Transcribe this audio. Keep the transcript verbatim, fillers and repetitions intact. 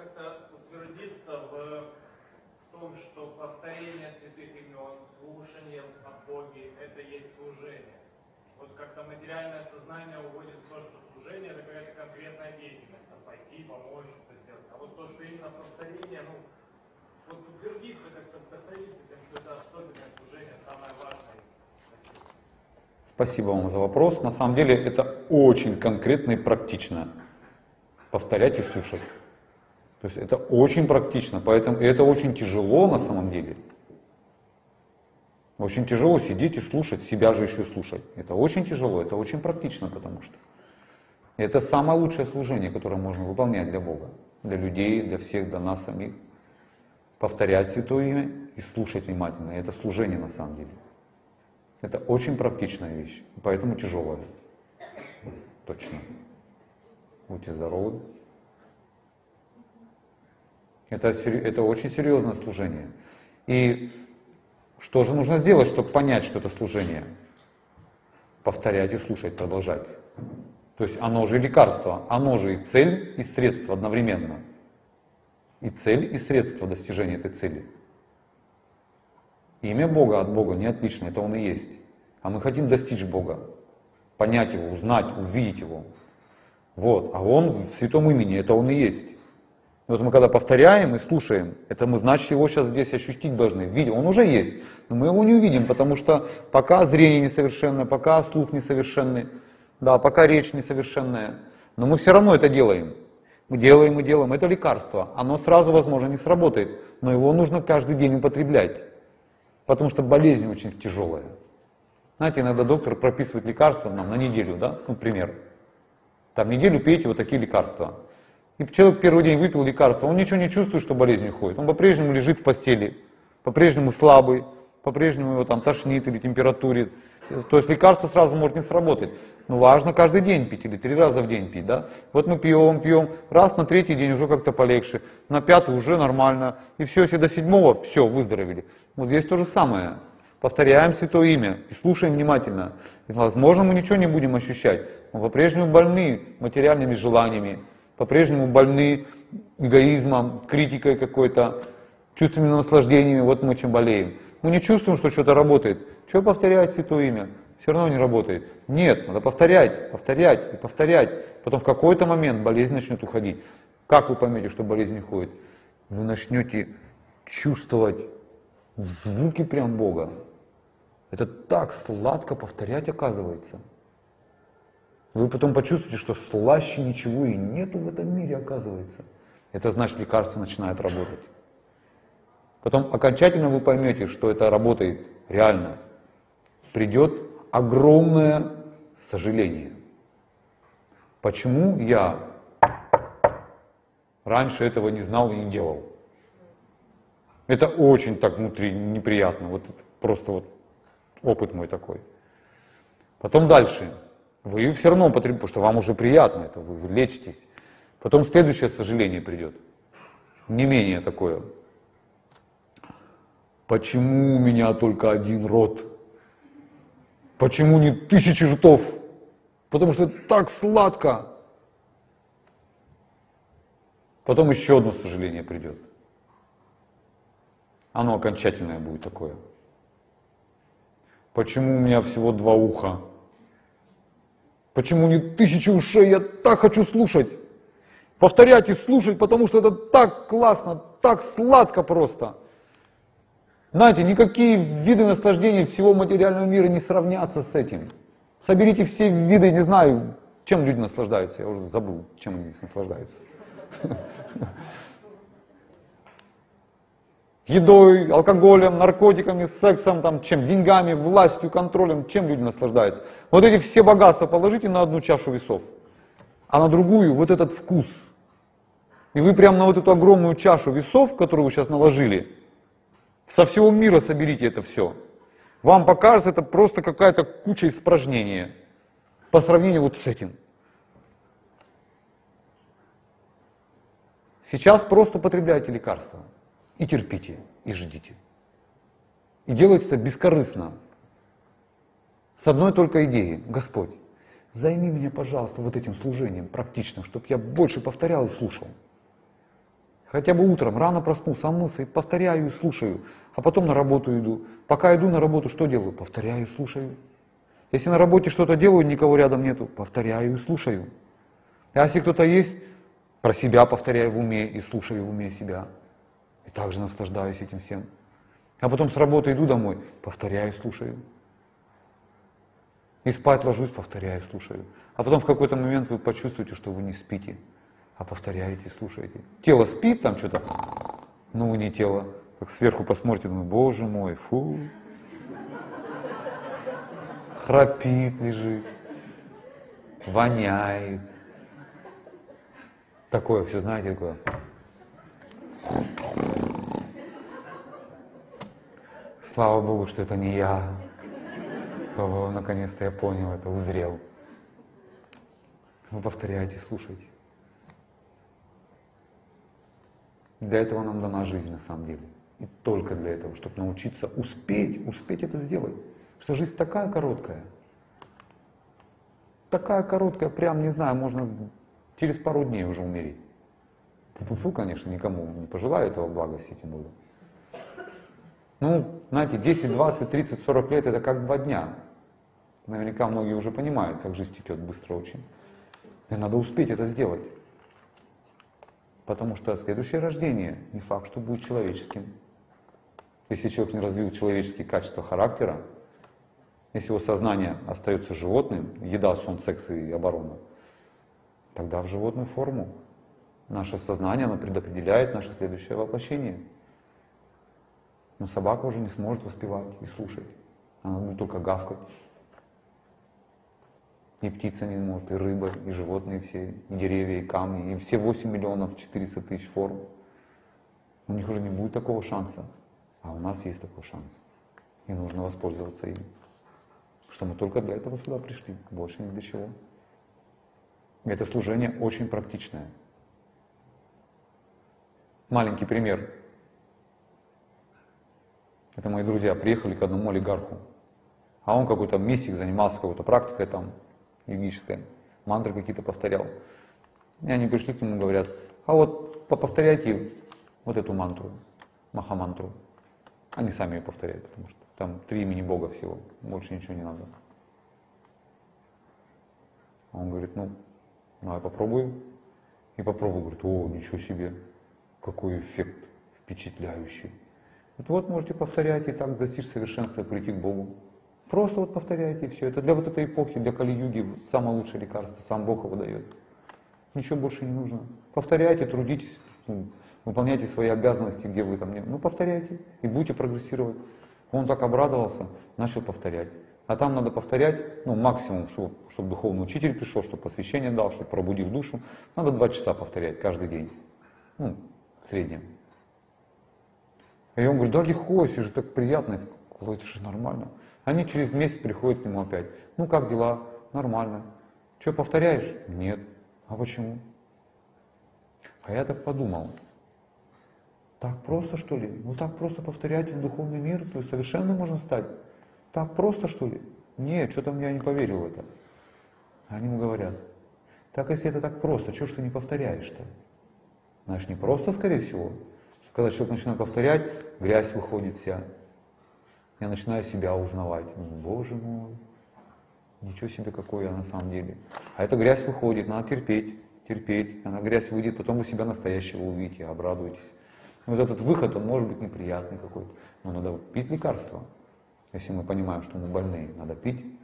как-то утвердиться в том, что повторение святых имен, слушание о Боге, это есть служение. Вот как-то материальное сознание уводит в то, что служение это какая-то конкретная деятельность, там, пойти, помочь, что-то сделать. А вот то, что именно повторение, ну, вот утвердиться, как-то повториться тем, что это особенное служение, самое важное. Спасибо. Спасибо вам за вопрос. На самом деле это очень конкретно и практично. Повторять и слушать. То есть это очень практично, поэтому и это очень тяжело на самом деле. Очень тяжело сидеть и слушать, себя же еще слушать. Это очень тяжело, это очень практично, потому что это самое лучшее служение, которое можно выполнять для Бога, для людей, для всех, для нас самих. Повторять Святое Имя и слушать внимательно. Это служение на самом деле. Это очень практичная вещь, поэтому тяжелая. Точно. Будьте здоровы. Это, это очень серьезное служение. И что же нужно сделать, чтобы понять, что это служение? Повторять и слушать, продолжать. То есть оно же лекарство, оно же и цель, и средство одновременно. И цель, и средство достижения этой цели. Имя Бога от Бога не отлично, это Он и есть. А мы хотим достичь Бога, понять Его, узнать, увидеть Его. Вот, а Он в Святом Имени, это Он и есть. И вот мы когда повторяем и слушаем, это мы, значит, Его сейчас здесь ощутить должны, видеть. Он уже есть, но мы Его не увидим, потому что пока зрение несовершенное, пока слух несовершенный, да, пока речь несовершенная, но мы все равно это делаем. Мы делаем и делаем, это лекарство. Оно сразу, возможно, не сработает, но его нужно каждый день употреблять, потому что болезнь очень тяжелая. Знаете, иногда доктор прописывает лекарства нам на неделю, да, например. Там неделю пейте вот такие лекарства. И человек первый день выпил лекарство, он ничего не чувствует, что болезнь уходит. Он по-прежнему лежит в постели, по-прежнему слабый, по-прежнему его там тошнит или температурит. То есть лекарство сразу может не сработать. Но важно каждый день пить или три раза в день пить, да. Вот мы пьем, пьем, раз на третий день уже как-то полегче, на пятый уже нормально. И все, если до седьмого, все, выздоровели. Вот здесь то же самое. Повторяем Святое Имя и слушаем внимательно. И, возможно, мы ничего не будем ощущать. Мы по-прежнему больны материальными желаниями, по-прежнему больны эгоизмом, критикой какой-то, чувственными наслаждениями. Вот мы чем болеем. Мы не чувствуем, что что-то работает. Чего повторять Святое Имя? Все равно не работает. Нет, надо повторять, повторять и повторять. Потом в какой-то момент болезнь начнет уходить. Как вы поймете, что болезнь уходит? Вы начнете чувствовать в звуке прям Бога. Это так сладко повторять, оказывается. Вы потом почувствуете, что слаще ничего и нету в этом мире, оказывается. Это значит, лекарство начинает работать. Потом окончательно вы поймете, что это работает реально. Придет огромное сожаление. Почему я раньше этого не знал и не делал? Это очень так внутри неприятно. Вот просто вот опыт мой такой. Потом дальше. Вы все равно употребите, потому что вам уже приятно это, вы, вы лечитесь. Потом следующее сожаление придет. Не менее такое. Почему у меня только один род? Почему не тысячи ртов? Потому что это так сладко. Потом еще одно сожаление придет. Оно окончательное будет такое. Почему у меня всего два уха? Почему не тысячи ушей? Я так хочу слушать. Повторять и слушать, потому что это так классно, так сладко просто. Знаете, никакие виды наслаждений всего материального мира не сравнятся с этим. Соберите все виды, не знаю, чем люди наслаждаются. Я уже забыл, чем они здесь наслаждаются. Едой, алкоголем, наркотиками, сексом, там, чем, деньгами, властью, контролем, чем люди наслаждаются. Вот эти все богатства положите на одну чашу весов, а на другую вот этот вкус. И вы прямо на вот эту огромную чашу весов, которую вы сейчас наложили, со всего мира соберите это все. Вам покажется это просто какая-то куча испражнения по сравнению вот с этим. Сейчас просто употребляйте лекарства. И терпите, и ждите. И делайте это бескорыстно. С одной только идеей. Господь, займи меня, пожалуйста, вот этим служением практичным, чтобы я больше повторял и слушал. Хотя бы утром, рано проснулся, омылся и повторяю и слушаю. А потом на работу иду. Пока иду на работу, что делаю? Повторяю и слушаю. Если на работе что-то делаю, никого рядом нету, повторяю и слушаю. А если кто-то есть, про себя повторяю в уме и слушаю в уме себя. И также наслаждаюсь этим всем. А потом с работы иду домой, повторяю и слушаю. И спать ложусь, повторяю и слушаю. А потом в какой-то момент вы почувствуете, что вы не спите, а повторяете, слушаете. Тело спит там что-то, но вы не тело. Так сверху посмотрите, думаю, боже мой, фу. Храпит, лежит, воняет. Такое все, знаете, такое. Слава Богу, что это не я. О, наконец-то я понял это, узрел. Вы повторяете, слушайте. Для этого нам дана жизнь на самом деле. И только для этого, чтобы научиться успеть, успеть это сделать. Что жизнь такая короткая. Такая короткая, прям, не знаю, можно через пару дней уже умереть. Фу-фу, конечно, никому не пожелаю этого благости, тем более. Ну, знаете, десять, двадцать, тридцать, сорок лет это как два дня. Наверняка многие уже понимают, как жизнь течет быстро очень. И надо успеть это сделать. Потому что следующее рождение не факт, что будет человеческим. Если человек не развил человеческие качества характера, если его сознание остается животным, еда, сон, секс и оборона, тогда в животную форму. Наше сознание, оно предопределяет наше следующее воплощение. Но собака уже не сможет воспевать и слушать. Она будет только гавкать. И птица не может, и рыба, и животные все, и деревья, и камни, и все восемь миллионов четыреста тысяч форм. У них уже не будет такого шанса. А у нас есть такой шанс. И нужно воспользоваться им. Что мы только для этого сюда пришли, больше ни для чего. И это служение очень практичное. Маленький пример. Это мои друзья приехали к одному олигарху. А он какой-то мистик, занимался какой-то практикой там, йогической. Мантры какие-то повторял. И они пришли к нему и говорят, а вот повторяйте вот эту мантру, махамантру. Они сами ее повторяют, потому что там три имени Бога всего, больше ничего не надо. А он говорит, ну, ну я попробую. И попробую, говорит, о, ничего себе, какой эффект впечатляющий. Вот, вот можете повторять и так достичь совершенства, прийти к Богу. Просто вот повторяйте все. Это для вот этой эпохи, для Кали-юги самое лучшее лекарство, сам Бог его дает. Ничего больше не нужно. Повторяйте, трудитесь, ну, выполняйте свои обязанности, где вы там не... Ну, повторяйте и будете прогрессировать. Он так обрадовался, начал повторять. А там надо повторять, ну, максимум, чтобы, чтобы духовный учитель пришел, чтобы посвящение дал, чтобы пробудил душу. Надо два часа повторять каждый день. Ну, в среднем. И он говорит, да легко, если же так приятно. Это же нормально. Они через месяц приходят к нему опять. Ну, как дела? Нормально. Что, повторяешь? Нет. А почему? А я так подумал. Так просто, что ли? Ну, так просто повторять в духовный мир, то есть совершенно можно стать. Так просто, что ли? Нет, что-то я не поверил в это. Они ему говорят, так если это так просто, что ж ты не повторяешь-то? Значит, не просто, скорее всего. Когда человек начинает повторять, грязь выходит вся. Я начинаю себя узнавать. Боже мой, ничего себе, какой я на самом деле. А эта грязь выходит, надо терпеть, терпеть. Она грязь выйдет, потом вы себя настоящего увидите, обрадуетесь. Вот этот выход, он может быть неприятный какой-то. Но надо пить лекарства. Если мы понимаем, что мы больны, надо пить